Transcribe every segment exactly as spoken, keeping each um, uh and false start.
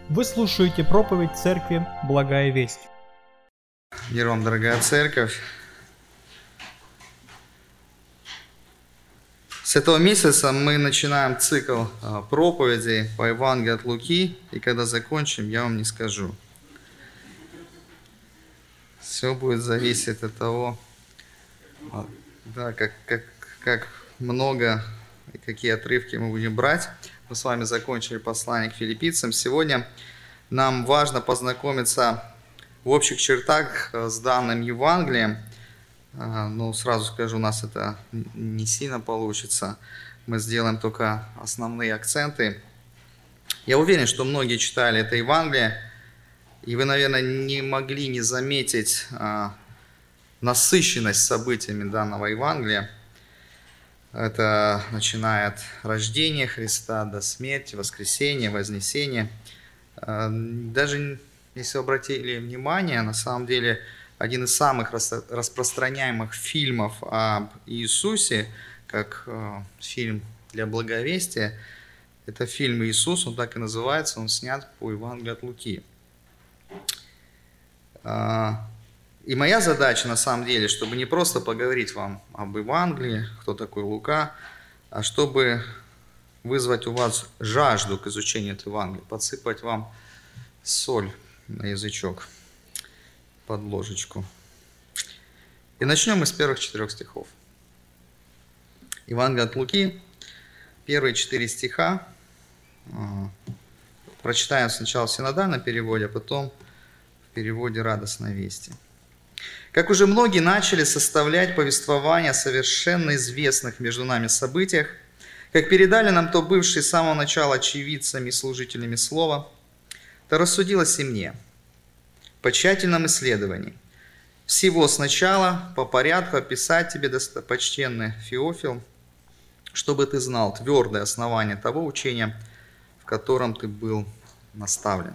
Вы слушаете проповедь Церкви Благая Весть. Мир вам, дорогая церковь. С этого месяца мы начинаем цикл проповедей по Евангелию от Луки, и когда закончим, я вам не скажу. Все будет зависеть от того, да, как, как, как много и какие отрывки мы будем брать. Мы с вами закончили послание к филиппийцам. Сегодня нам важно познакомиться в общих чертах с данным Евангелием. Но сразу скажу, у нас это не сильно получится. Мы сделаем только основные акценты. Я уверен, что многие читали это Евангелие, и вы, наверное, не могли не заметить насыщенность событиями данного Евангелия. Это начиная от рождения Христа до смерти, воскресения, вознесения. Даже если вы обратили внимание, на самом деле один из самых распространяемых фильмов об Иисусе, как фильм для благовестия, это фильм «Иисус», он так и называется, он снят по Евангелию от Луки. И моя задача, на самом деле, чтобы не просто поговорить вам об Евангелии, кто такой Лука, а чтобы вызвать у вас жажду к изучению этого Евангелия, подсыпать вам соль на язычок под ложечку. И начнем мы с первых четырех стихов. Евангелие от Луки, первые четыре стиха. Прочитаем сначала в синодальном переводе, а потом в переводе «Радостной вести». Как уже многие начали составлять повествование о совершенно известных между нами событиях, как передали нам то бывшие с самого начала очевидцами и служителями слова, то рассудилось и мне, по тщательном исследовании, всего сначала по порядку описать тебе, достопочтенный Феофил, чтобы ты знал твердое основание того учения, в котором ты был наставлен.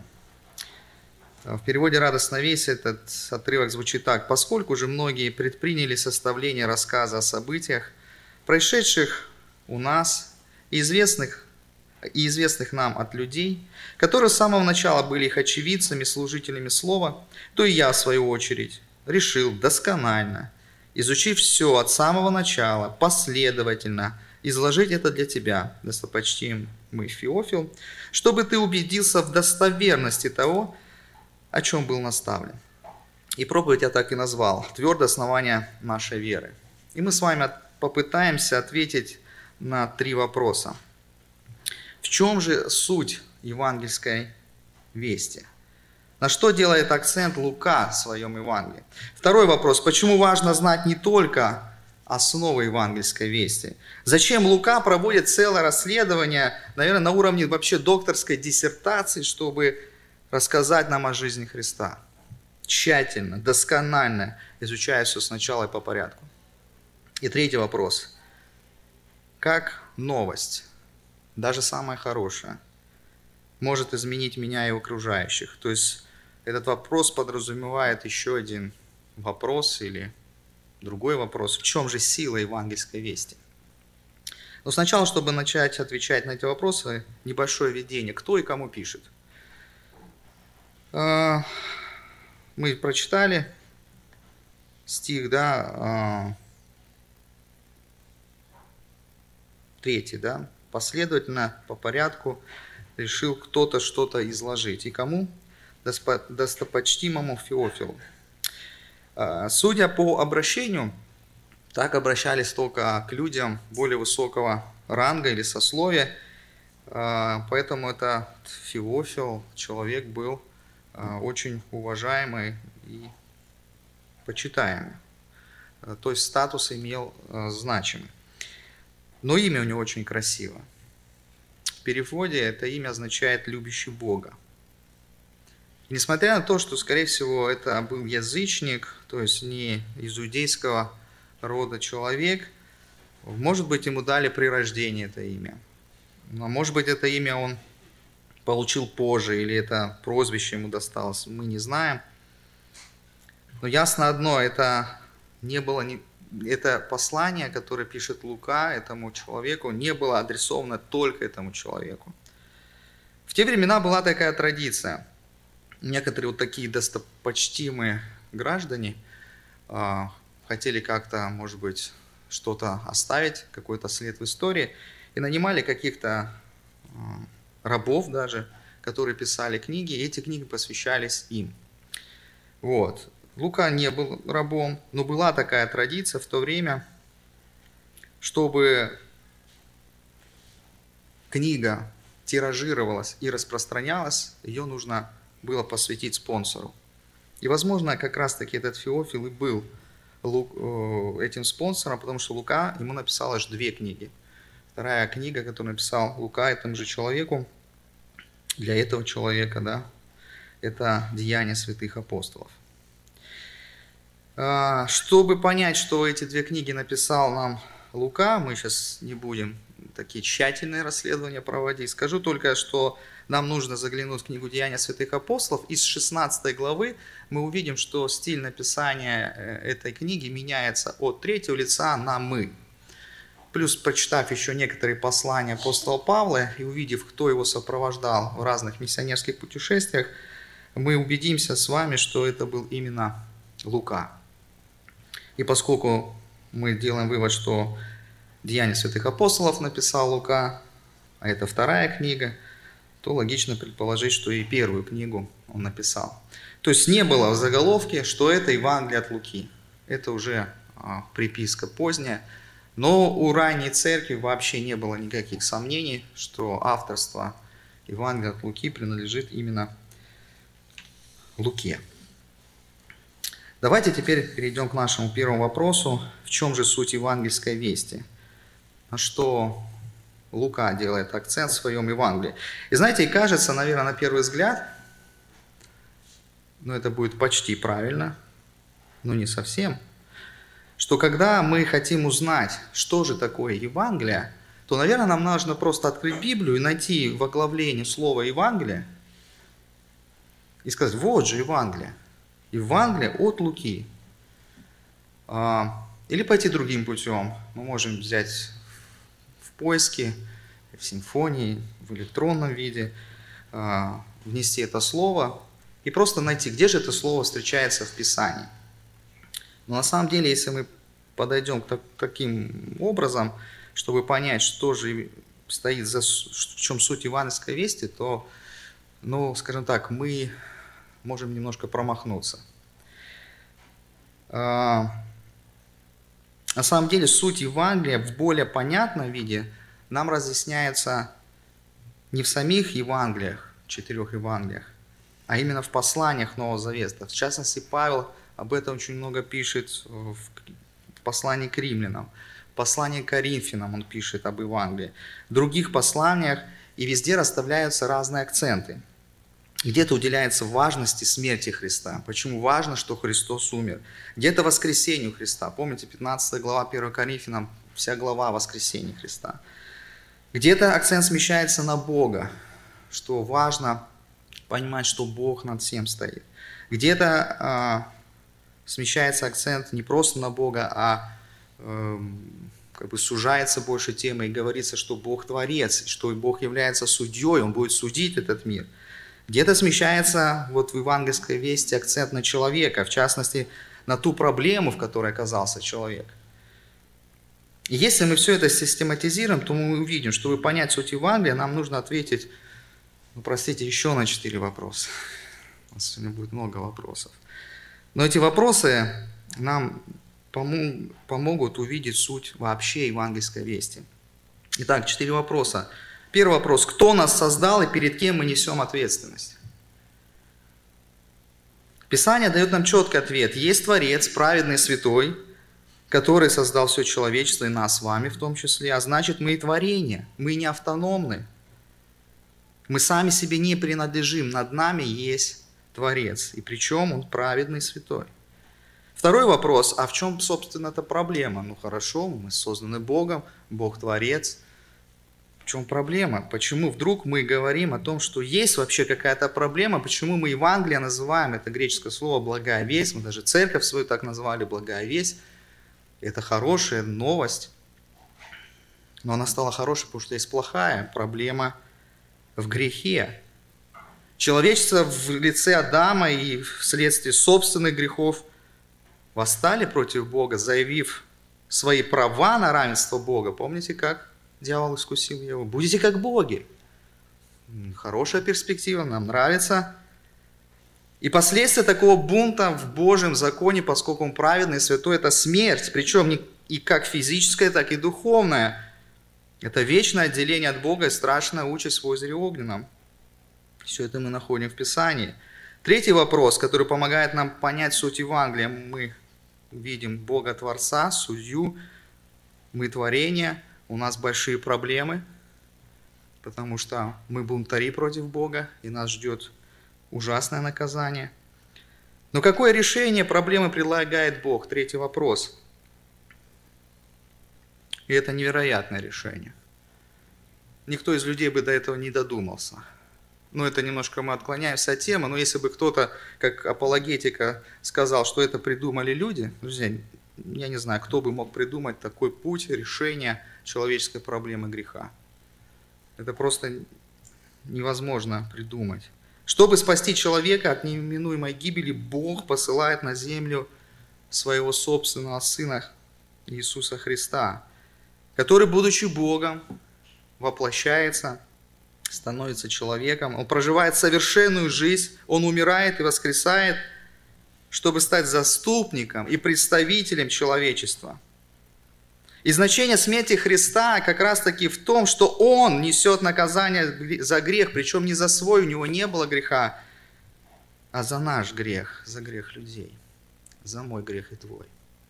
В переводе «Радостной вести» этот отрывок звучит так. «Поскольку же многие предприняли составление рассказа о событиях, происшедших у нас и известных, и известных нам от людей, которые с самого начала были их очевидцами, служителями слова, то и я, в свою очередь, решил досконально, изучив все от самого начала, последовательно, изложить это для тебя, достопочтимый Феофил, чтобы ты убедился в достоверности того, о чем был наставлен. И проповедь я так и назвал «Твердое основание нашей веры». И мы с вами попытаемся ответить на три вопроса. В чем же суть евангельской вести? На что делает акцент Лука в своем Евангелии? Второй вопрос. Почему важно знать не только основы евангельской вести? Зачем Лука проводит целое расследование, наверное, на уровне вообще докторской диссертации, чтобы рассказать нам о жизни Христа, тщательно, досконально, изучая все сначала и по порядку. И третий вопрос. Как новость, даже самая хорошая, может изменить меня и окружающих? То есть этот вопрос подразумевает еще один вопрос или другой вопрос. В чем же сила евангельской вести? Но сначала, чтобы начать отвечать на эти вопросы, небольшое введение. Кто и кому пишет? Мы прочитали стих, да, третий, да, последовательно, по порядку решил кто-то что-то изложить. И кому? Достопочтимому Феофилу. Судя по обращению, так обращались только к людям более высокого ранга или сословия, поэтому этот Феофил, человек был очень уважаемый и почитаемый. То есть статус имел значимый. Но имя у него очень красиво. В переводе это имя означает «любящий Бога». И несмотря на то, что, скорее всего, это был язычник, то есть не из иудейского рода человек, может быть, ему дали при рождении это имя. Но, может быть, это имя он получил позже, или это прозвище ему досталось, мы не знаем. Но ясно одно, это не было, не, это послание, которое пишет Лука этому человеку, не было адресовано только этому человеку. В те времена была такая традиция. Некоторые вот такие достопочтимые граждане э, хотели как-то, может быть, что-то оставить, какой-то след в истории, и нанимали каких-то э, рабов даже, которые писали книги, и эти книги посвящались им. Вот. Лука не был рабом, но была такая традиция в то время, чтобы книга тиражировалась и распространялась, ее нужно было посвятить спонсору. И, возможно, как раз-таки этот Феофил и был этим спонсором, потому что Лука ему написал аж две книги. Вторая книга, которую написал Лука этому же человеку, для этого человека, да, это «Деяния святых апостолов». Чтобы понять, что эти две книги написал нам Лука, мы сейчас не будем такие тщательные расследования проводить. Скажу только, что нам нужно заглянуть в книгу «Деяния святых апостолов». Из шестнадцатой главы мы увидим, что стиль написания этой книги меняется от третьего лица на «мы». Плюс, прочитав еще некоторые послания апостола Павла и увидев, кто его сопровождал в разных миссионерских путешествиях, мы убедимся с вами, что это был именно Лука. И поскольку мы делаем вывод, что «Деяния святых апостолов» написал Лука, а это вторая книга, то логично предположить, что и первую книгу он написал. То есть не было в заголовке, что это Евангелие от Луки. Это уже а, приписка поздняя. Но у ранней церкви вообще не было никаких сомнений, что авторство Евангелия от Луки принадлежит именно Луке. Давайте теперь перейдем к нашему первому вопросу. В чем же суть евангельской вести? На что Лука делает акцент в своем Евангелии? И знаете, и кажется, наверное, на первый взгляд, но это будет почти правильно, но не совсем, что когда мы хотим узнать, что же такое Евангелие, то, наверное, нам нужно просто открыть Библию и найти в оглавлении слово «Евангелие» и сказать: вот же Евангелие. Евангелие от Луки. Или пойти другим путем. Мы можем взять в поиске, в симфонии, в электронном виде, внести это слово и просто найти, где же это слово встречается в Писании. Но на самом деле, если мы подойдем к таким образом, чтобы понять, что же стоит за, в чем суть евангельской вести, то, ну, скажем так, мы можем немножко промахнуться. На самом деле суть Евангелия в более понятном виде нам разъясняется не в самих Евангелиях, четырех Евангелиях, а именно в посланиях Нового Завета. В частности, Павел об этом очень много пишет в послании к римлянам, в послании к Коринфянам он пишет об Евангелии, в других посланиях, и везде расставляются разные акценты. Где-то уделяется важности смерти Христа. Почему важно, что Христос умер? Где-то воскресению Христа. Помните, пятнадцатая глава первого Коринфянам, вся глава о воскресении Христа. Где-то акцент смещается на Бога, что важно понимать, что Бог над всем стоит. Где-то э, смещается акцент не просто на Бога, а э, как бы сужается больше тема и говорится, что Бог творец, что Бог является судьей, Он будет судить этот мир. Где-то смещается вот в евангельской вести акцент на человека, в частности, на ту проблему, в которой оказался человек. И если мы все это систематизируем, то мы увидим, чтобы понять суть Евангелия, нам нужно ответить, ну, простите, еще на четыре вопроса. У нас сегодня будет много вопросов. Но эти вопросы нам помогут увидеть суть вообще евангельской вести. Итак, четыре вопроса. Первый вопрос. Кто нас создал и перед кем мы несем ответственность? Писание дает нам четкий ответ. Есть Творец, праведный, святой, который создал все человечество и нас с вами в том числе. А значит, мы и творение, мы не автономны. Мы сами себе не принадлежим. Над нами есть Творец. И причем Он праведный, святой. Второй вопрос. А в чем, собственно, эта проблема? Ну хорошо, мы созданы Богом, Бог Творец. В чем проблема? Почему вдруг мы говорим о том, что есть вообще какая-то проблема? Почему мы Евангелие называем, это греческое слово «благая весть», мы даже церковь свою так назвали «благая весть». Это хорошая новость, но она стала хорошей, потому что есть плохая проблема в грехе. Человечество в лице Адама и вследствие собственных грехов восстали против Бога, заявив свои права на равенство Бога. Помните, как дьявол искусил его? Будете как боги. Хорошая перспектива, нам нравится. И последствия такого бунта в Божьем законе, поскольку он праведный и святой, это смерть. Причем и как физическая, так и духовная. Это вечное отделение от Бога и страшная участь в озере Огненном. Все это мы находим в Писании. Третий вопрос, который помогает нам понять суть Евангелия. Мы видим Бога Творца, Судью, мы творение, у нас большие проблемы, потому что мы бунтари против Бога, и нас ждет ужасное наказание. Но какое решение проблемы предлагает Бог? Третий вопрос. И это невероятное решение. Никто из людей бы до этого не додумался. Ну, это немножко мы отклоняемся от темы, но если бы кто-то, как апологетика, сказал, что это придумали люди, друзья, я не знаю, кто бы мог придумать такой путь решения человеческой проблемы греха. Это просто невозможно придумать. Чтобы спасти человека от неминуемой гибели, Бог посылает на землю своего собственного Сына Иисуса Христа, который, будучи Богом, воплощается, становится человеком, он проживает совершенную жизнь, он умирает и воскресает, чтобы стать заступником и представителем человечества. И значение смерти Христа как раз-таки в том, что Он несет наказание за грех, причем не за свой, у Него не было греха, а за наш грех, за грех людей, за мой грех и твой.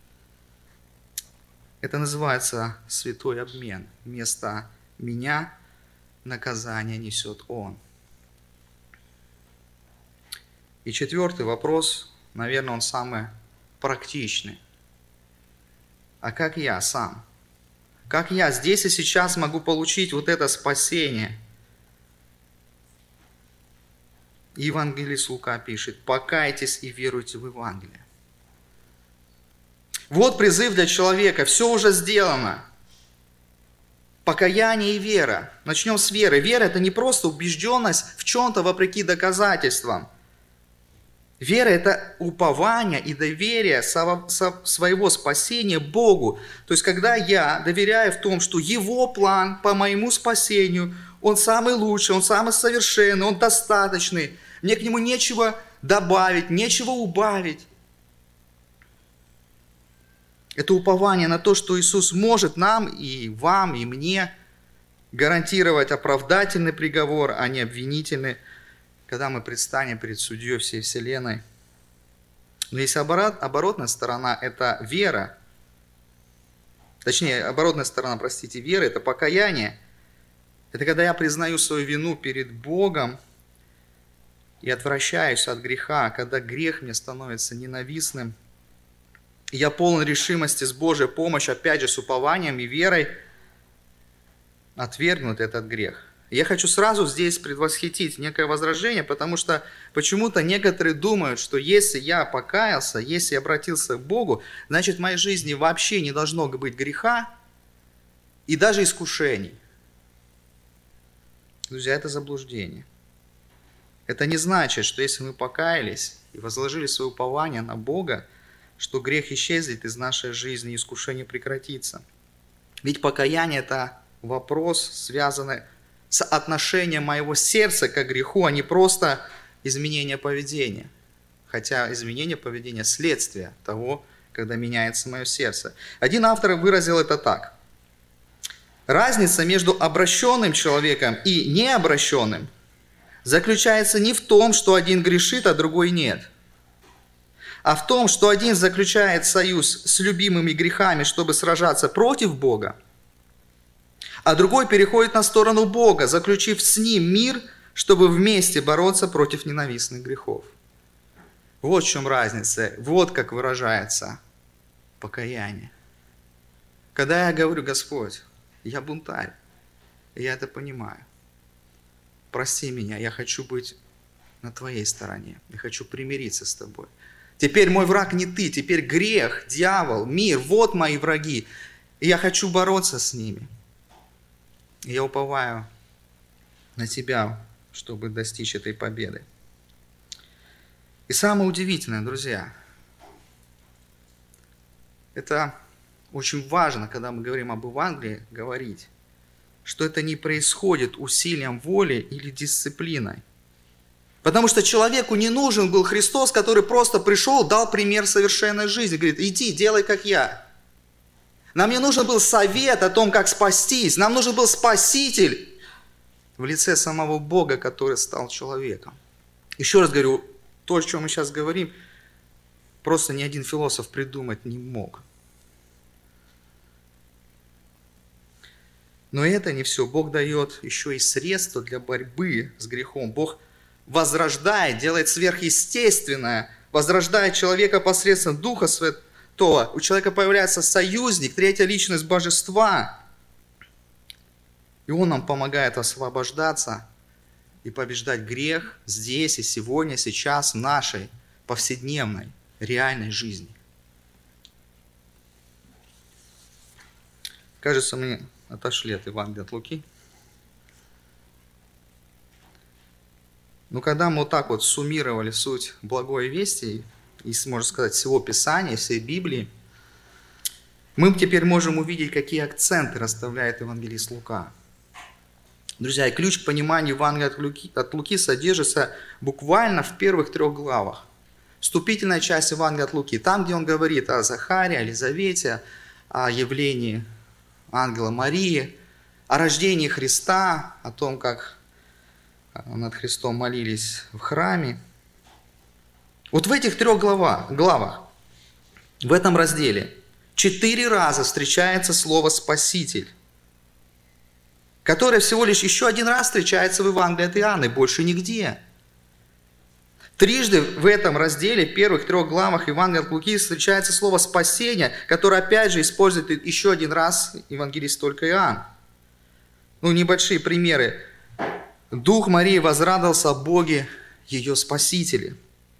Это называется святой обмен. Вместо меня наказание несет Он. И четвертый вопрос, наверное, он самый практичный. А как я сам? Как я здесь и сейчас могу получить вот это спасение? Евангелист Лука пишет: «Покайтесь и веруйте в Евангелие». Вот призыв для человека. Все уже сделано. Покаяние и вера. Начнем с веры. Вера – это не просто убежденность в чем-то вопреки доказательствам. Вера – это упование и доверие своего спасения Богу. То есть, когда я доверяю в том, что Его план по моему спасению, Он самый лучший, Он самый совершенный, Он достаточный, мне к Нему нечего добавить, нечего убавить. Это упование на то, что Иисус может нам и вам, и мне гарантировать оправдательный приговор, а не обвинительный, когда мы предстанем перед судьей всей вселенной. Но есть оборот, оборотная сторона – это вера. Точнее, оборотная сторона, простите, веры – это покаяние. Это когда я признаю свою вину перед Богом и отвращаюсь от греха, когда грех мне становится ненавистным. И я полон решимости с Божьей помощью, опять же, с упованием и верой отвергнуть этот грех. Я хочу сразу здесь предвосхитить некое возражение, потому что почему-то некоторые думают, что если я покаялся, если я обратился к Богу, значит в моей жизни вообще не должно быть греха и даже искушений. Друзья, это заблуждение. Это не значит, что если мы покаялись и возложили свое упование на Бога, что грех исчезнет из нашей жизни и искушение прекратится. Ведь покаяние – это вопрос, связанный с отношением моего сердца к греху, а не просто изменение поведения. Хотя изменение поведения – следствие того, когда меняется мое сердце. Один автор выразил это так. Разница между обращенным человеком и необращенным заключается не в том, что один грешит, а другой нет, а в том, что один заключает союз с любимыми грехами, чтобы сражаться против Бога, а другой переходит на сторону Бога, заключив с Ним мир, чтобы вместе бороться против ненавистных грехов. Вот в чем разница, вот как выражается покаяние. Когда я говорю: Господь, я бунтарь, я это понимаю, прости меня, я хочу быть на Твоей стороне, я хочу примириться с Тобой. Теперь мой враг не ты, теперь грех, дьявол, мир, вот мои враги. И я хочу бороться с ними. И я уповаю на тебя, чтобы достичь этой победы. И самое удивительное, друзья, это очень важно, когда мы говорим об Евангелии, говорить, что это не происходит усилием воли или дисциплиной. Потому что человеку не нужен был Христос, который просто пришел, дал пример совершенной жизни. Говорит, иди, делай, как я. Нам не нужен был совет о том, как спастись. Нам нужен был Спаситель в лице самого Бога, который стал человеком. Еще раз говорю, то, о чем мы сейчас говорим, просто ни один философ придумать не мог. Но это не все. Бог дает еще и средства для борьбы с грехом. Бог возрождает, делает сверхъестественное, возрождает человека посредством Духа Святого. У человека появляется союзник, третья личность Божества. И Он нам помогает освобождаться и побеждать грех здесь и сегодня, сейчас, в нашей повседневной, реальной жизни. Кажется, мы отошли от Евангелия от Луки. Но когда мы вот так вот суммировали суть благой вести, и, можно сказать, всего Писания, всей Библии, мы теперь можем увидеть, какие акценты расставляет евангелист Лука. Друзья, и ключ к пониманию Евангелия от Луки, от Луки содержится буквально в первых трех главах. Вступительная часть Евангелия от Луки, там, где он говорит о Захаре, о Елизавете, о явлении ангела Марии, о рождении Христа, о том, как над Христом молились в храме. Вот в этих трех главах, главах, в этом разделе, четыре раза встречается слово «спаситель», которое всего лишь еще один раз встречается в Евангелии от Иоанна, больше нигде. Трижды в этом разделе, первых трех главах Евангелия от Луки, встречается слово «спасение», которое опять же использует еще один раз евангелист только Иоанн. Ну, небольшие примеры. Дух Марии возрадовался о Боге, ее Спасителе.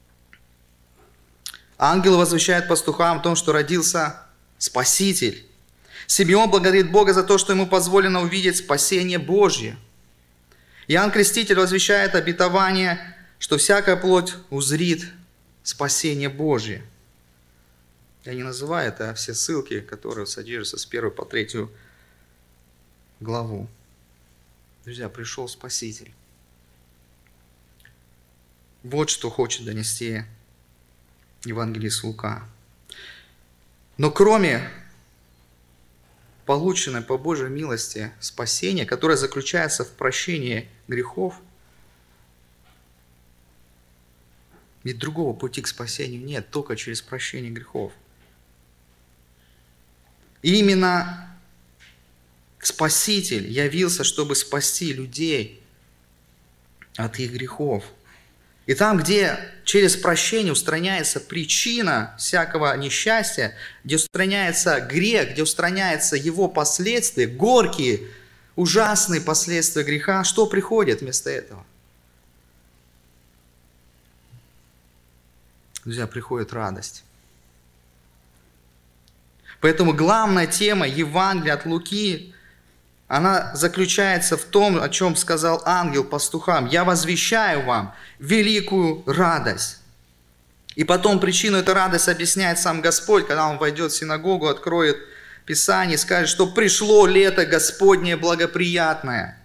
Ангел возвещает пастухам о том, что родился Спаситель. Симеон благодарит Бога за то, что ему позволено увидеть спасение Божье. Иоанн Креститель возвещает обетование, что всякая плоть узрит спасение Божье. Я не называю это все ссылки, которые содержатся с первой по третью главу. Друзья, пришел Спаситель. Вот что хочет донести евангелист Лука. Но кроме полученной по Божьей милости спасения, которое заключается в прощении грехов, ведь другого пути к спасению нет, только через прощение грехов. И именно Спаситель явился, чтобы спасти людей от их грехов. И там, где через прощение устраняется причина всякого несчастья, где устраняется грех, где устраняются его последствия, горькие, ужасные последствия греха, что приходит вместо этого? Друзья, приходит радость. Поэтому главная тема Евангелия от Луки, она заключается в том, о чем сказал ангел пастухам. «Я возвещаю вам великую радость». И потом причину этой радости объясняет сам Господь, когда Он войдет в синагогу, откроет Писание и скажет, что пришло лето Господнее благоприятное.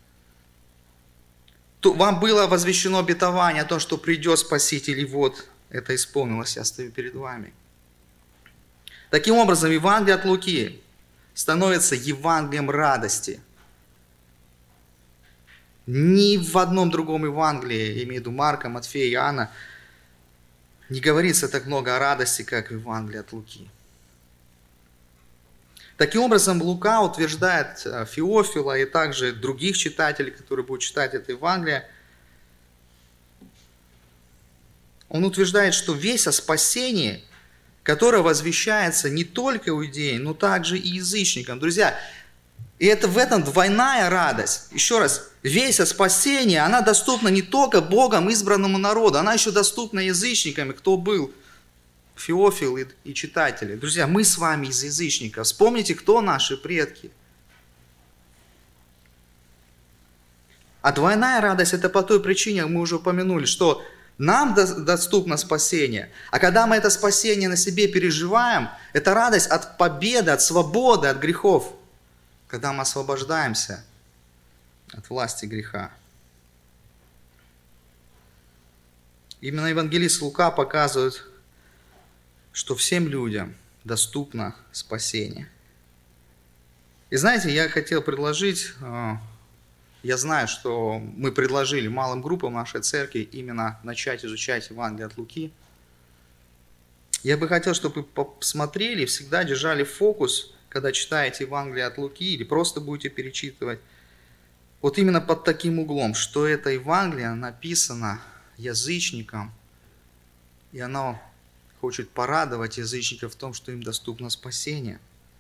То вам было возвещено обетование о том, что придет Спаситель, и вот это исполнилось, я стою перед вами. Таким образом, Евангелие от Луки становится Евангелием радости. Ни в одном другом Евангелии, я имею в виду Марка, Матфея, Иоанна, не говорится так много о радости, как в Евангелии от Луки. Таким образом, Лука утверждает Феофила и также других читателей, которые будут читать это Евангелие, он утверждает, что весть о спасении, которое возвещается не только иудеям, но также и язычникам. Друзья, и это в этом двойная радость. Еще раз, весть о спасении, она доступна не только Богом избранному народу, она еще доступна язычникам, кто был Феофил и, и читатели. Друзья, мы с вами из язычников. Вспомните, кто наши предки. А двойная радость – это по той причине, мы уже упомянули, что нам доступно спасение, а когда мы это спасение на себе переживаем, это радость от победы, от свободы, от грехов, когда мы освобождаемся от власти греха. Именно евангелист Лука показывает, что всем людям доступно спасение. И знаете, я хотел предложить, я знаю, что мы предложили малым группам нашей церкви именно начать изучать Евангелие от Луки. Я бы хотел, чтобы вы посмотрели, всегда держали фокус, когда читаете Евангелие от Луки или просто будете перечитывать, вот именно под таким углом, что это Евангелие написано язычникам, и оно хочет порадовать язычников в том, что им доступно спасение.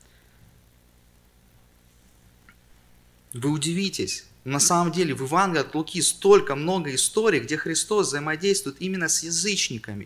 Вы удивитесь, на самом деле в Евангелии от Луки столько много историй, где Христос взаимодействует именно с язычниками.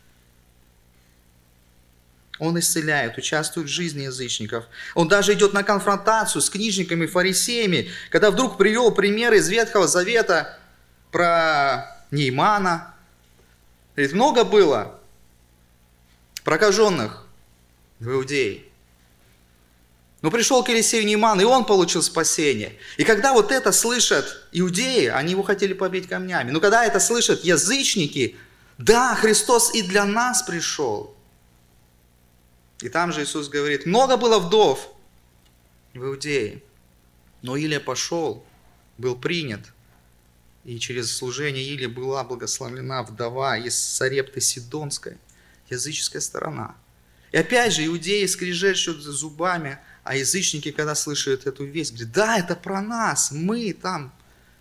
Он исцеляет, участвует в жизни язычников. Он даже идет на конфронтацию с книжниками, фарисеями, когда вдруг привел примеры из Ветхого Завета про Неймана. Говорит, много было прокаженных в Иудее. Но пришел к Елисею Нейман, и он получил спасение. И когда вот это слышат иудеи, они его хотели побить камнями. Но когда это слышат язычники, да, Христос и для нас пришел. И там же Иисус говорит, много было вдов в Иудее, но Илия пошел, был принят. И через служение Илии была благословлена вдова из Сарепты Сидонской, языческая сторона. И опять же, иудеи скрежещут зубами, а язычники, когда слышат эту весть, говорят, да, это про нас, мы там.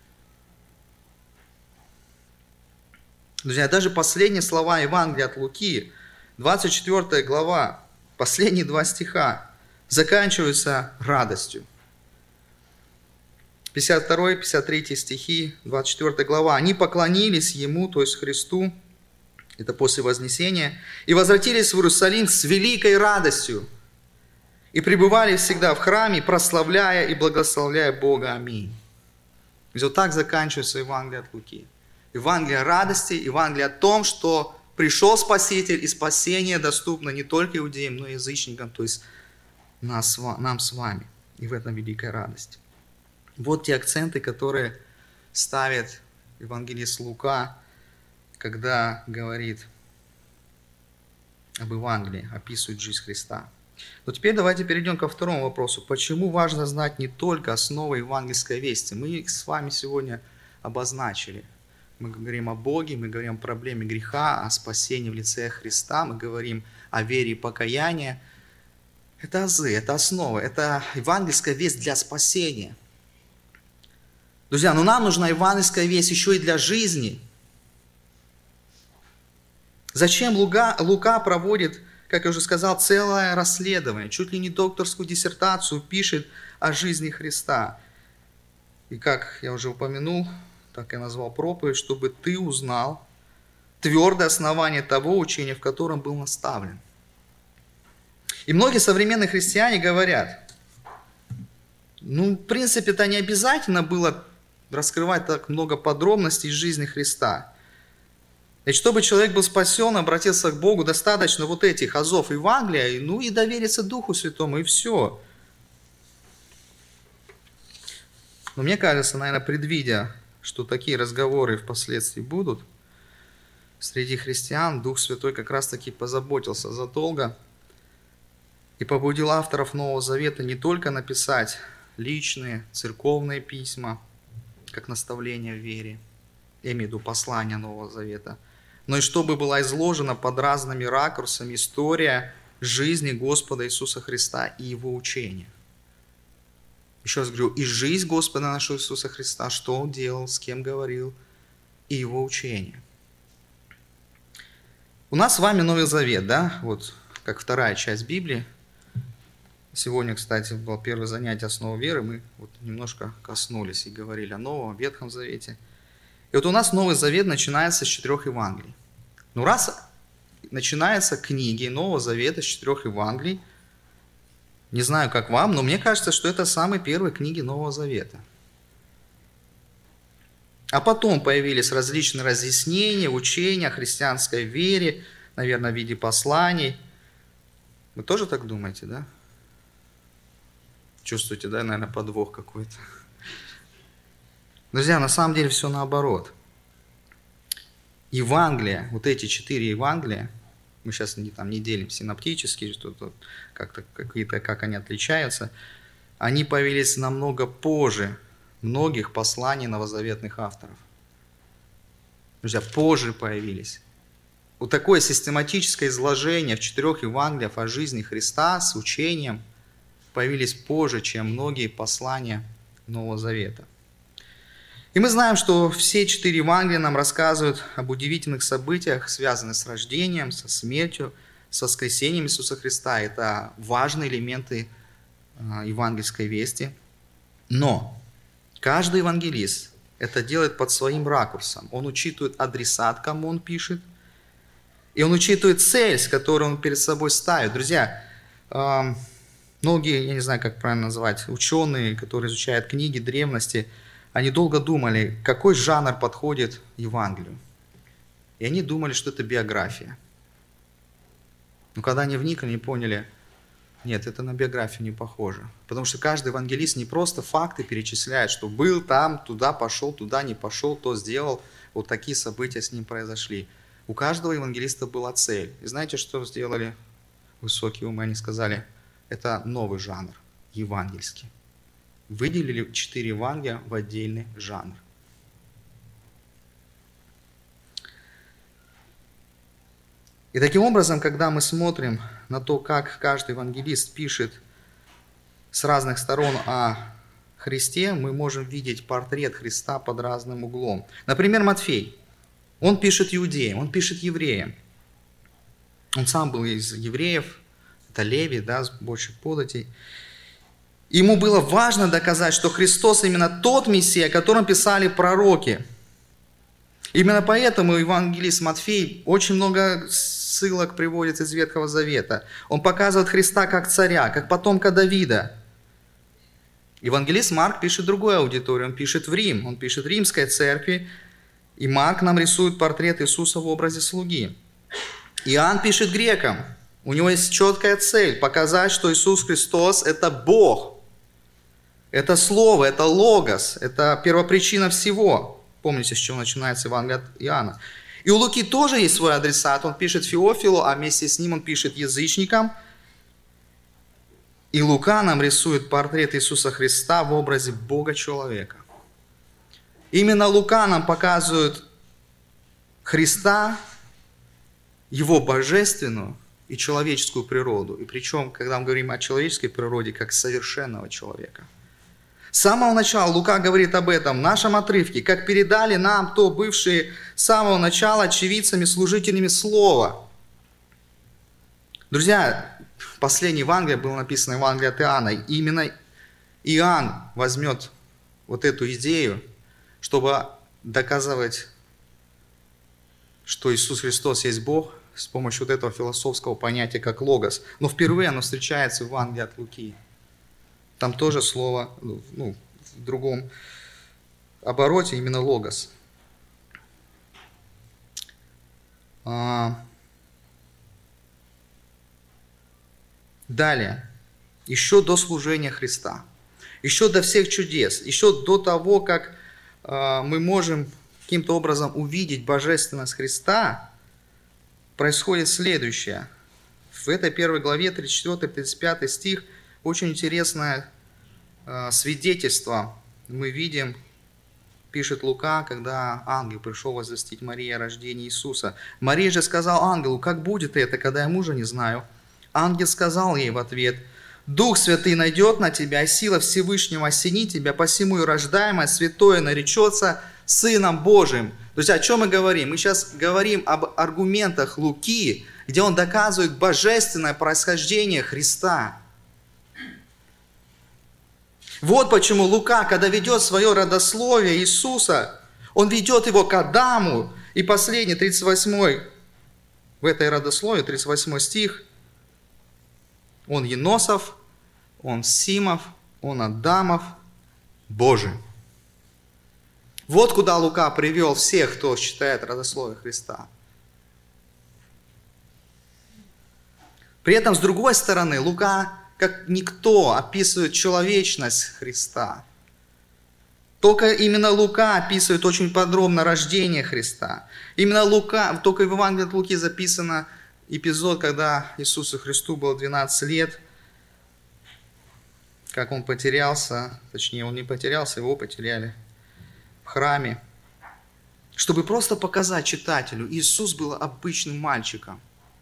Друзья, даже последние слова Евангелия от Луки, двадцать четвёртая глава, последние два стиха, заканчиваются радостью. пятьдесят второй пятьдесят третий стихи, двадцать четвёртая глава. Они поклонились Ему, то есть Христу, это после Вознесения, и возвратились в Иерусалим с великой радостью. И пребывали всегда в храме, прославляя и благословляя Бога. Аминь. И вот так заканчивается Евангелие от Луки. Евангелие радости, Евангелие о том, что пришел Спаситель, и спасение доступно не только иудеям, но и язычникам, то есть нас, нам с вами. И в этом великая радость. Вот те акценты, которые ставит евангелист Лука, когда говорит об Евангелии, описывает жизнь Христа. Но теперь давайте перейдем ко второму вопросу. Почему важно знать не только основы евангельской вести? Мы их с вами сегодня обозначили. Мы говорим о Боге, мы говорим о проблеме греха, о спасении в лице Христа, мы говорим о вере и покаянии. Это азы, это основа, это евангельская весть для спасения. Друзья, но нам нужна евангельская весть еще и для жизни. Зачем Лука, Лука проводит, как я уже сказал, целое расследование, чуть ли не докторскую диссертацию пишет о жизни Христа. И как я уже упомянул, так я назвал проповедь, чтобы ты узнал твердое основание того учения, в котором был наставлен. И многие современные христиане говорят, ну, в принципе, это не обязательно было раскрывать так много подробностей из жизни Христа. Ведь чтобы человек был спасен, обратился к Богу, достаточно вот этих азов Евангелия, ну и довериться Духу Святому, и все. Но мне кажется, наверное, предвидя, что такие разговоры впоследствии будут, среди христиан Дух Святой как раз-таки позаботился задолго и побудил авторов Нового Завета не только написать личные церковные письма, как наставление в вере, я имею в виду послание Нового Завета, но и чтобы была изложена под разными ракурсами история жизни Господа Иисуса Христа и Его учения. Еще раз говорю, и жизнь Господа нашего Иисуса Христа, что Он делал, с кем говорил, и Его учение. У нас с вами Новый Завет, да, вот как вторая часть Библии. Сегодня, кстати, было первое занятие «Основа веры», мы вот немножко коснулись и говорили о Новом, Ветхом Завете. И вот у нас Новый Завет начинается с четырех Евангелий. Ну раз начинаются книги Нового Завета с четырех Евангелий, не знаю, как вам, но мне кажется, что это самые первые книги Нового Завета. А потом появились различные разъяснения, учения о христианской вере, наверное, в виде посланий. Вы тоже так думаете, да? Чувствуете, да, наверное, подвох какой-то? Друзья, на самом деле все наоборот. Евангелие, вот эти четыре Евангелия, мы сейчас не, там, не делим синоптически, что-то, как-то, какие-то, как они отличаются, они появились намного позже многих посланий новозаветных авторов. Друзья, позже появились. Вот такое систематическое изложение в четырех Евангелиях о жизни Христа с учением появились позже, чем многие послания Нового Завета. И мы знаем, что все четыре Евангелия нам рассказывают об удивительных событиях, связанных с рождением, со смертью, с воскресением Иисуса Христа. Это важные элементы евангельской вести. Но каждый евангелист это делает под своим ракурсом. Он учитывает адресат, кому он пишет, и он учитывает цель, с которой он перед собой ставит. Друзья, многие, я не знаю, как правильно назвать, ученые, которые изучают книги древности, они долго думали, какой жанр подходит Евангелию. И они думали, что это биография. Но когда они вникли, они поняли, нет, это на биографию не похоже. Потому что каждый евангелист не просто факты перечисляет, что был там, туда пошел, туда не пошел, то сделал, вот такие события с ним произошли. У каждого евангелиста была цель. И знаете, что сделали высокие умы? Они сказали, это новый жанр, евангельский. Выделили четыре Евангелия в отдельный жанр. И таким образом, когда мы смотрим на то, как каждый евангелист пишет с разных сторон о Христе, мы можем видеть портрет Христа под разным углом. Например, Матфей. Он пишет иудеям, он пишет евреям. Он сам был из евреев, это Левий, да, с больших податей. Ему было важно доказать, что Христос именно тот Мессия, о котором писали пророки. Именно поэтому евангелист Матфей очень много ссылок приводит из Ветхого Завета. Он показывает Христа как царя, как потомка Давида. Евангелист Марк пишет другую аудиторию, он пишет в Рим, он пишет римской церкви, и Марк нам рисует портрет Иисуса в образе слуги. Иоанн пишет грекам, у него есть четкая цель – показать, что Иисус Христос – это Бог. Это Слово, это Логос, это первопричина всего. Помните, с чего начинается Евангелие от Иоанна. И у Луки тоже есть свой адресат. Он пишет Феофилу, а вместе с ним он пишет язычникам. И Лука нам рисует портрет Иисуса Христа в образе Бога-человека. Именно Лука нам показывает Христа, Его божественную и человеческую природу. И причем, когда мы говорим о человеческой природе, как совершенного человека. С самого начала Лука говорит об этом в нашем отрывке, как передали нам то бывшие с самого начала очевидцами, служителями Слова. Друзья, последний Евангелие было написано Евангелие от Иоанна. И именно Иоанн возьмет вот эту идею, чтобы доказывать, что Иисус Христос есть Бог, с помощью вот этого философского понятия, как логос. Но впервые оно встречается в Евангелии от Луки. Там тоже слово, ну, в другом обороте, именно логос. А... Далее. Еще до служения Христа. Еще до всех чудес. Еще до того, как а, мы можем каким-то образом увидеть божественность Христа, происходит следующее. В этой первой главе, тридцать четвёртый тридцать пятый стих, очень интересное э, свидетельство мы видим, пишет Лука, когда ангел пришел возвестить Марии о рождении Иисуса. Мария же сказал ангелу, как будет это, когда я мужа не знаю? Ангел сказал ей в ответ, Дух Святый найдет на тебя, сила Всевышнего осенит тебя, посему и рождаемое святое наречется Сыном Божиим. Друзья, о чем мы говорим? Мы сейчас говорим об аргументах Луки, где он доказывает божественное происхождение Христа. Вот почему Лука, когда ведет свое родословие Иисуса, он ведет его к Адаму. И последний, тридцать восьмой, в этой родословии, тридцать восьмой стих, он Еносов, он Симов, он Адамов, Божий. Вот куда Лука привел всех, кто считает родословие Христа. При этом, с другой стороны, Лука, как никто, описывает человечность Христа. Только именно Лука описывает очень подробно рождение Христа. Именно Лука, только в Евангелии от Луки записано эпизод, когда Иисусу Христу было двенадцать лет, как он потерялся, точнее, он не потерялся, его потеряли в храме. Чтобы просто показать читателю, Иисус был обычным мальчиком.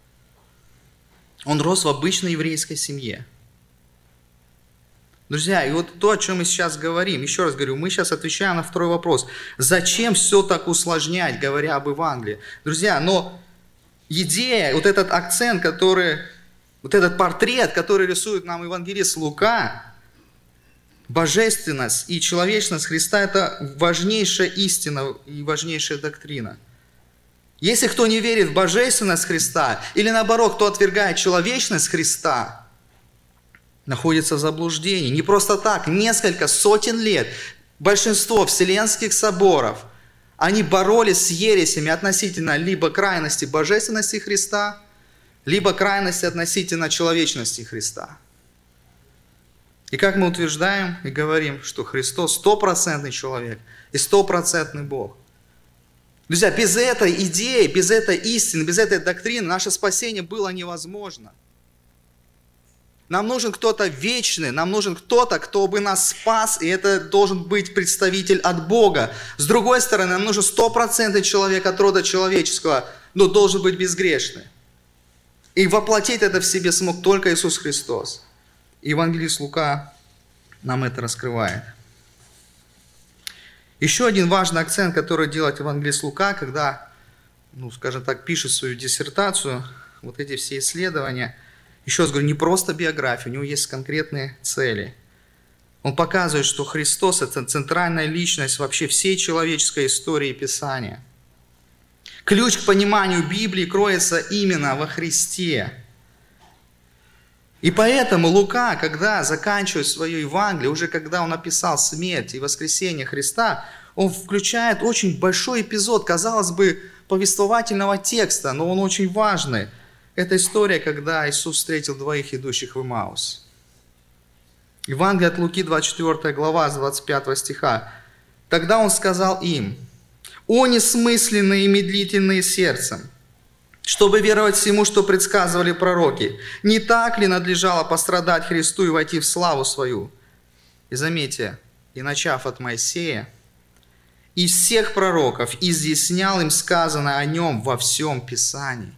Он рос в обычной еврейской семье. Друзья, и вот то, о чем мы сейчас говорим, еще раз говорю, мы сейчас отвечаем на второй вопрос. Зачем все так усложнять, говоря об Евангелии? Друзья, но идея, вот этот акцент, который, вот этот портрет, который рисует нам евангелист Лука, божественность и человечность Христа – это важнейшая истина и важнейшая доктрина. Если кто не верит в божественность Христа, или наоборот, кто отвергает человечность Христа, находится в заблуждении. Не просто так, несколько сотен лет большинство вселенских соборов, они боролись с ересями относительно либо крайности божественности Христа, либо крайности относительно человечности Христа. И как мы утверждаем и говорим, что Христос стопроцентный человек и стопроцентный Бог. Друзья, без этой идеи, без этой истины, без этой доктрины наше спасение было невозможно. Нам нужен кто-то вечный, нам нужен кто-то, кто бы нас спас, и это должен быть представитель от Бога. С другой стороны, нам нужен стопроцентный человек от рода человеческого, но должен быть безгрешный. И воплотить это в себе смог только Иисус Христос. И евангелист Лука нам это раскрывает. Еще один важный акцент, который делает евангелист Лука, когда, ну, скажем так, пишет свою диссертацию, вот эти все исследования. Еще раз говорю, не просто биография, у него есть конкретные цели. Он показывает, что Христос – это центральная личность вообще всей человеческой истории Писания. Ключ к пониманию Библии кроется именно во Христе. И поэтому Лука, когда заканчивает свое Евангелие, уже когда он описал смерть и воскресение Христа, он включает очень большой эпизод, казалось бы, повествовательного текста, но он очень важный. Это история, когда Иисус встретил двоих идущих в Имаус. Евангелие от Луки, двадцать четвёртая глава, с двадцать пятого стиха. «Тогда он сказал им: «О несмысленные и медлительные сердцем, чтобы веровать всему, что предсказывали пророки, не так ли надлежало пострадать Христу и войти в славу свою?» И заметьте, и начав от Моисея, и всех пророков, изъяснял им сказанное о нем во всем Писании.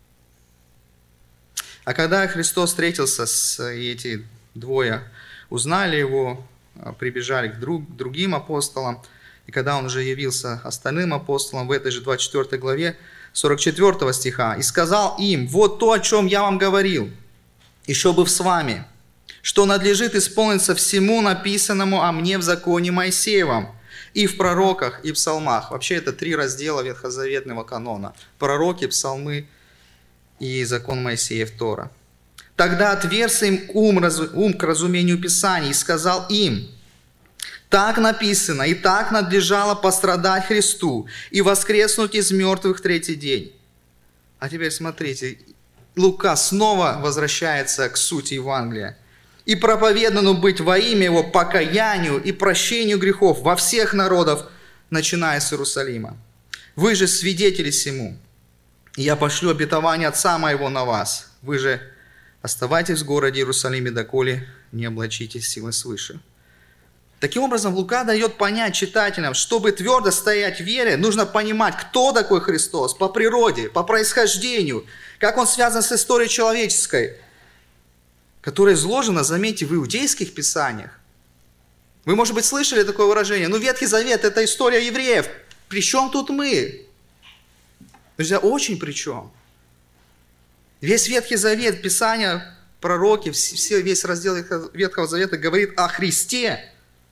А когда Христос встретился с эти двое, узнали его, прибежали к друг, другим апостолам, и когда он уже явился остальным апостолам в этой же двадцать четвёртой главе, сорок четвёртого стиха, «И сказал им: вот то, о чем я вам говорил, еще быв с вами, что надлежит исполниться всему написанному о мне в законе Моисеевом, и в пророках, и в псалмах». Вообще это три раздела ветхозаветного канона. Пророки, псалмы и закон Моисеев, Тора. «Тогда отверз им ум, ум к разумению Писаний и сказал им: так написано, и так надлежало пострадать Христу и воскреснуть из мертвых в третий день». А теперь смотрите, Лука снова возвращается к сути Евангелия. «И проповедано быть во имя Его покаянию и прощению грехов во всех народов, начиная с Иерусалима. Вы же свидетели сему. И я пошлю обетование Отца моего на вас. Вы же оставайтесь в городе Иерусалиме, доколе не облачитесь силой свыше». Таким образом, Лука дает понять читателям, чтобы твердо стоять в вере, нужно понимать, кто такой Христос по природе, по происхождению, как он связан с историей человеческой, которая изложена, заметьте, в иудейских писаниях. Вы, может быть, слышали такое выражение: ну, Ветхий Завет – это история евреев. При чем тут мы? Друзья, очень при чем. Весь Ветхий Завет, Писания, пророки, все, весь раздел Ветхого Завета говорит о Христе.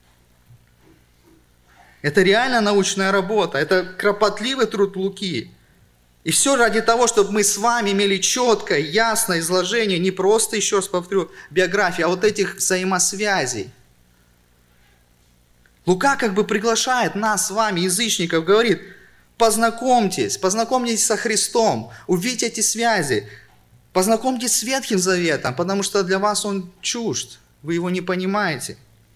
Это реально научная работа, это кропотливый труд Луки. И все ради того, чтобы мы с вами имели четкое, ясное изложение, не просто, еще раз повторю, биографии, а вот этих взаимосвязей. Лука как бы приглашает нас с вами, язычников, говорит: познакомьтесь, познакомьтесь со Христом, увидите эти связи, познакомьтесь с Ветхим Заветом, потому что для вас он чужд, вы его не понимаете.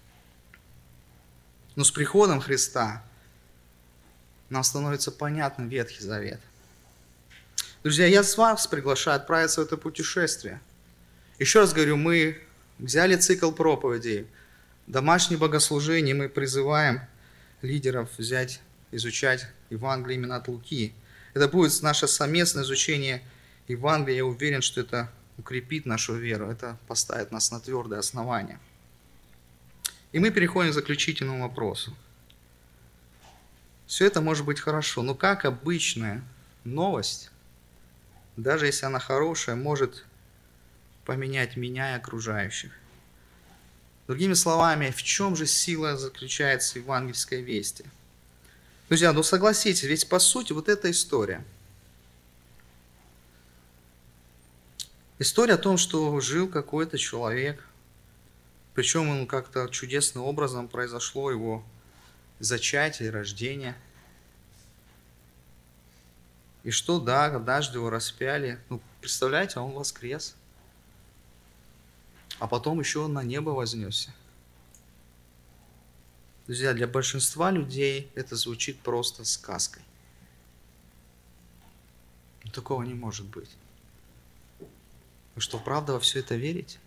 Но с приходом Христа нам становится понятным Ветхий Завет. Друзья, я с вас приглашаю отправиться в это путешествие. Еще раз говорю, мы взяли цикл проповедей, домашнее богослужение, мы призываем лидеров взять, изучать Евангелие именно от Луки. Это будет наше совместное изучение Евангелия. Я уверен, что это укрепит нашу веру, это поставит нас на твердое основание. И мы переходим к заключительному вопросу. Все это может быть хорошо, но как обычная новость, даже если она хорошая, может поменять меня и окружающих? Другими словами, в чем же сила заключается евангельской вести? Друзья, ну согласитесь, ведь по сути вот эта история. История о том, что жил какой-то человек, причем он как-то чудесным образом произошло его зачатие, рождение. И что, да, однажды его распяли. Ну, представляете, он воскрес. А потом еще он на небо вознесся. Друзья, для большинства людей это звучит просто сказкой. Но такого не может быть. Вы что, правда во все это верите?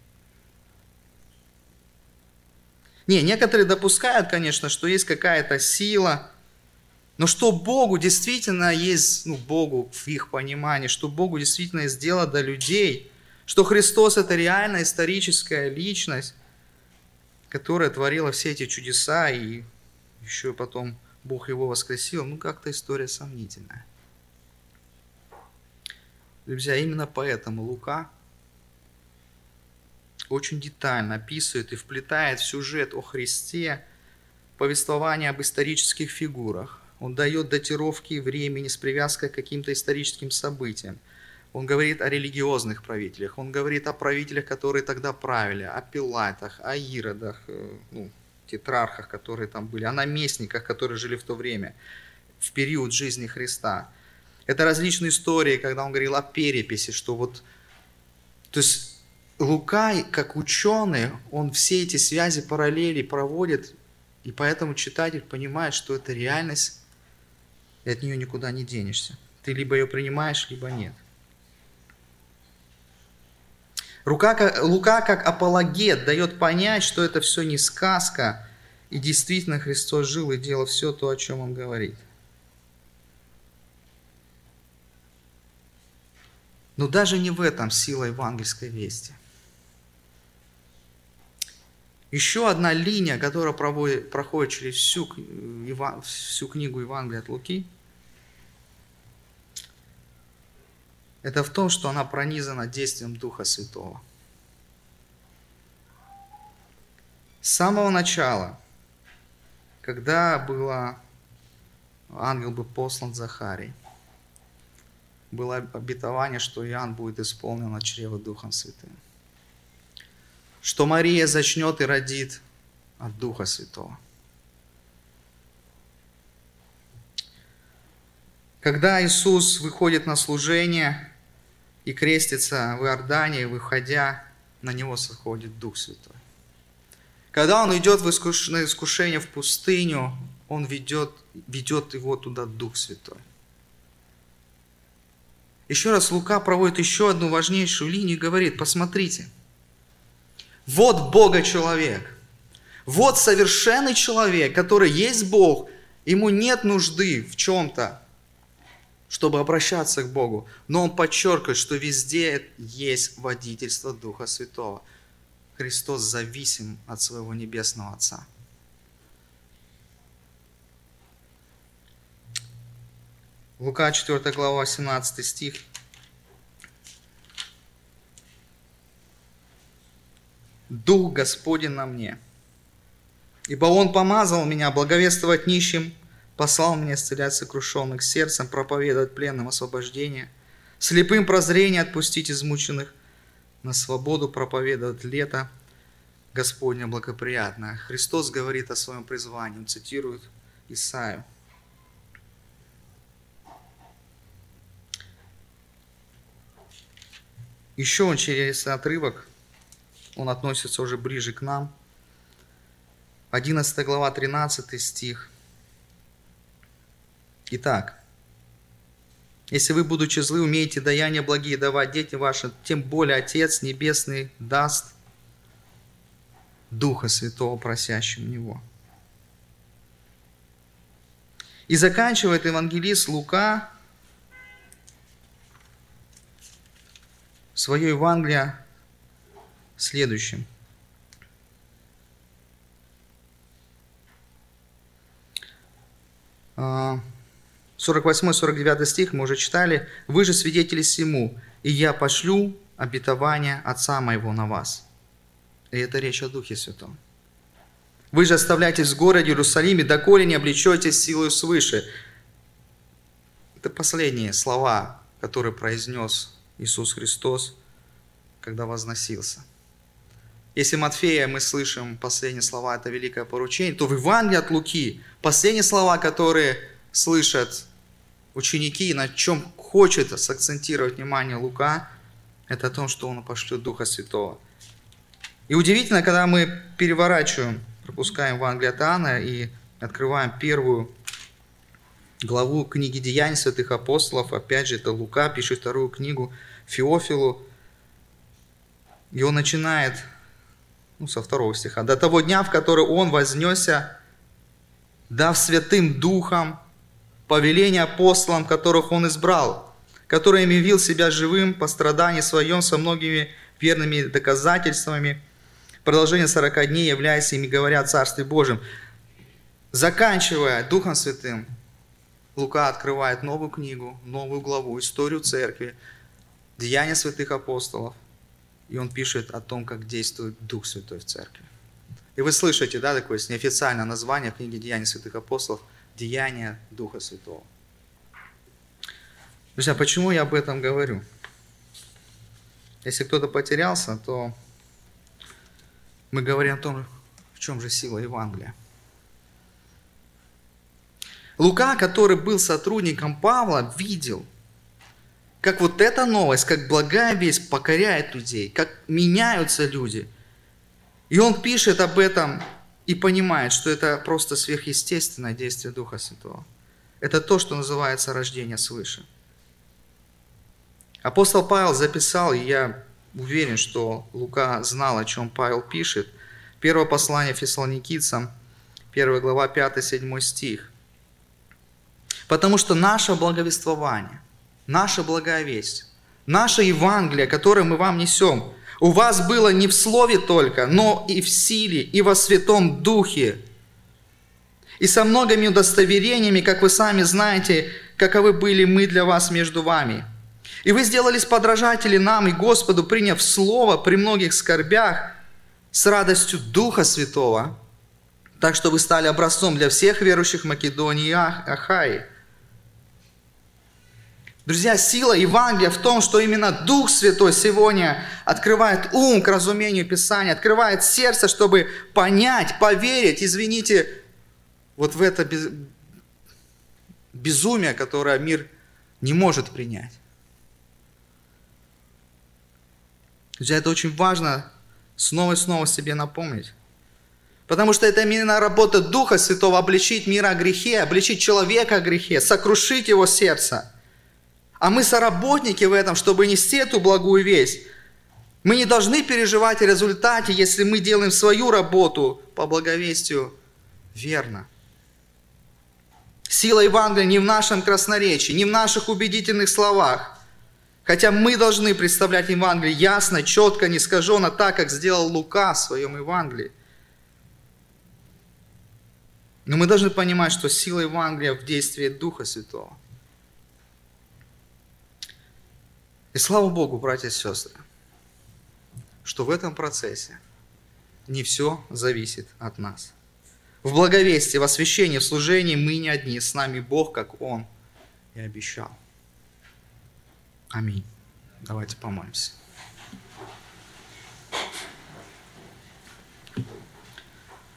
Не, некоторые допускают, конечно, что есть какая-то сила, но что Богу действительно есть, ну, Богу в их понимании, что Богу действительно есть дело до людей, что Христос – это реальная историческая личность, которая творила все эти чудеса, и еще потом Бог его воскресил. Ну, как-то история сомнительная. Друзья, именно поэтому Лука очень детально описывает и вплетает в сюжет о Христе повествование об исторических фигурах. Он дает датировки времени с привязкой к каким-то историческим событиям. Он говорит о религиозных правителях, он говорит о правителях, которые тогда правили, о Пилатах, о Иродах, ну, тетрархах, которые там были, о наместниках, которые жили в то время, в период жизни Христа. Это различные истории, когда он говорил о переписи, что вот, то есть Лука, как ученый, он все эти связи, параллели проводит, и поэтому читатель понимает, что это реальность, и от нее никуда не денешься. Ты либо ее принимаешь, либо нет. Лука, Лука как апологет дает понять, что это все не сказка, и действительно Христос жил и делал все то, о чем он говорит. Но даже не в этом сила евангельской вести. Еще одна линия, которая проводит, проходит через всю, всю книгу Евангелия от Луки, это в том, что она пронизана действием Духа Святого. С самого начала, когда было, ангел был послан Захарий, было обетование, что Иоанн будет исполнен от чрева Духом Святым. Что Мария зачнет и родит от Духа Святого. Когда Иисус выходит на служение и крестится в Иордании, выходя, на него сходит Дух Святой. Когда он идет в искуш... на искушение в пустыню, он ведет, ведет его туда Дух Святой. Еще раз Лука проводит еще одну важнейшую линию и говорит: посмотрите, вот Бога человек, вот совершенный человек, который есть Бог, ему нет нужды в чем-то, чтобы обращаться к Богу, но он подчеркивает, что везде есть водительство Духа Святого. Христос зависим от своего Небесного Отца. Лука четвёртая глава, семнадцатый стих. «Дух Господень на мне, ибо Он помазал меня благовествовать нищим, послал меня исцелять сокрушенных сердцем, проповедовать пленным освобождение, слепым прозрение отпустить измученных, на свободу проповедовать лето Господня благоприятна. Христос говорит о своем призвании, он цитирует Исаию. Еще интересный отрывок, он относится уже ближе к нам. одиннадцатая глава, тринадцатый стих. Итак, если вы, будучи злы, умеете даяния благие давать детям вашим, тем более Отец Небесный даст Духа Святого просящим Него. И заканчивает евангелист Лука свое Евангелие следующим. сорок восьмой сорок девятый стих мы уже читали. «Вы же свидетели сему, и я пошлю обетование Отца моего на вас». И это речь о Духе Святом. «Вы же оставляйтесь в городе Иерусалиме, доколе не облечетесь силою свыше». Это последние слова, которые произнес Иисус Христос, когда возносился. Если Матфея мы слышим последние слова, это великое поручение, то в Евангелии от Луки последние слова, которые слышат ученики, на чем хочет сакцентировать внимание Лука, это о том, что Он пошлет Духа Святого. И удивительно, когда мы переворачиваем, пропускаем Евангелие от Иоанна и открываем первую главу книги Деяний святых апостолов, опять же, это Лука пишет вторую книгу Феофилу, и он начинает, ну, со второго стиха. «До того дня, в который он вознесся, дав святым духом повеление апостолам, которых он избрал, который им явил себя живым по страдании своем со многими верными доказательствами, продолжение сорока дней являясь ими, говоря о Царстве Божьем». Заканчивая Духом Святым, Лука открывает новую книгу, новую главу, историю церкви, Деяния святых апостолов, и он пишет о том, как действует Дух Святой в церкви. И вы слышите, да, такое неофициальное название книги Деяний святых апостолов «Деяния Духа Святого». Друзья, почему я об этом говорю? Если кто-то потерялся, то мы говорим о том, в чем же сила Евангелия. Лука, который был сотрудником Павла, видел, как вот эта новость, как благая весть покоряет людей, как меняются люди. И он пишет об этом и понимает, что это просто сверхъестественное действие Духа Святого. Это то, что называется рождение свыше. Апостол Павел записал, и я уверен, что Лука знал, о чем Павел пишет. Первое послание Фессалоникийцам, первая глава, пятый-седьмой стих. «Потому что наше благовествование, наша благая весть, наше Евангелие, которое мы вам несем, у вас было не в слове только, но и в силе, и во Святом Духе, и со многими удостоверениями, как вы сами знаете, каковы были мы для вас между вами. И вы сделались подражатели нам и Господу, приняв слово при многих скорбях с радостью Духа Святого, так что вы стали образцом для всех верующих в Македонии и Ахаи». Друзья, сила Евангелия в том, что именно Дух Святой сегодня открывает ум к разумению Писания, открывает сердце, чтобы понять, поверить, извините, вот в это без... безумие, которое мир не может принять. Друзья, это очень важно снова и снова себе напомнить. Потому что это именно работа Духа Святого обличить мир о грехе, обличить человека о грехе, сокрушить его сердце. А мы соработники в этом, чтобы нести эту благую весть. Мы не должны переживать о результате, если мы делаем свою работу по благовестию верно. Сила Евангелия не в нашем красноречии, не в наших убедительных словах. Хотя мы должны представлять Евангелие ясно, четко, неискаженно, так, как сделал Лука в своем Евангелии. Но мы должны понимать, что сила Евангелия в действии Духа Святого. И слава Богу, братья и сестры, что в этом процессе не все зависит от нас. В благовестии, в освящении, в служении мы не одни, с нами Бог, как Он и обещал. Аминь. Давайте помолимся.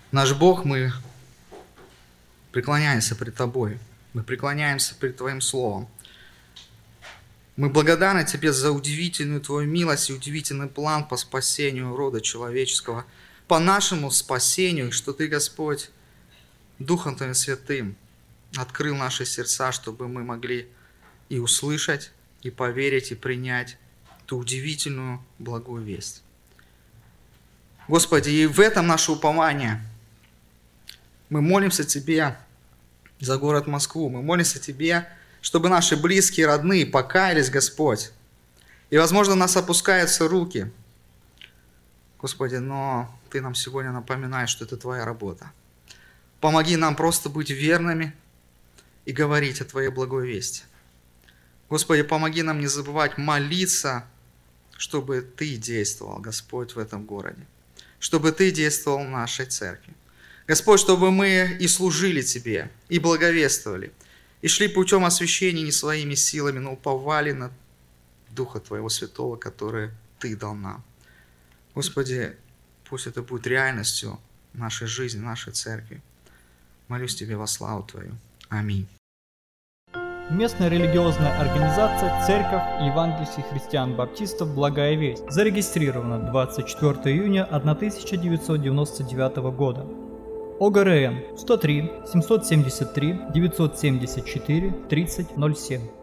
Наш Бог, мы преклоняемся пред Тобой, мы преклоняемся пред Твоим Словом. Мы благодарны Тебе за удивительную Твою милость и удивительный план по спасению рода человеческого, по нашему спасению, что Ты, Господь, Духом Твоим Святым открыл наши сердца, чтобы мы могли и услышать, и поверить, и принять ту удивительную благую весть. Господи, и в этом наше упование. Мы молимся Тебе за город Москву, мы молимся Тебе, чтобы наши близкие, родные покаялись, Господь. И, возможно, у нас опускаются руки. Господи, но Ты нам сегодня напоминаешь, что это Твоя работа. Помоги нам просто быть верными и говорить о Твоей благой вести. Господи, помоги нам не забывать молиться, чтобы Ты действовал, Господь, в этом городе. Чтобы Ты действовал в нашей церкви. Господь, чтобы мы и служили Тебе, и благовествовали, и шли путем освящения не своими силами, но уповали на Духа Твоего Святого, который Ты дал нам. Господи, пусть это будет реальностью нашей жизни, нашей церкви. Молюсь Тебе во славу Твою. Аминь. Местная религиозная организация «Церковь евангельских христиан-баптистов Благая Весть» зарегистрирована двадцать четвёртого июня тысяча девятьсот девяносто девятого года. О Г Р Н сто три семьсот семьдесят три девятьсот семьдесят четыре тридцать ноль семь.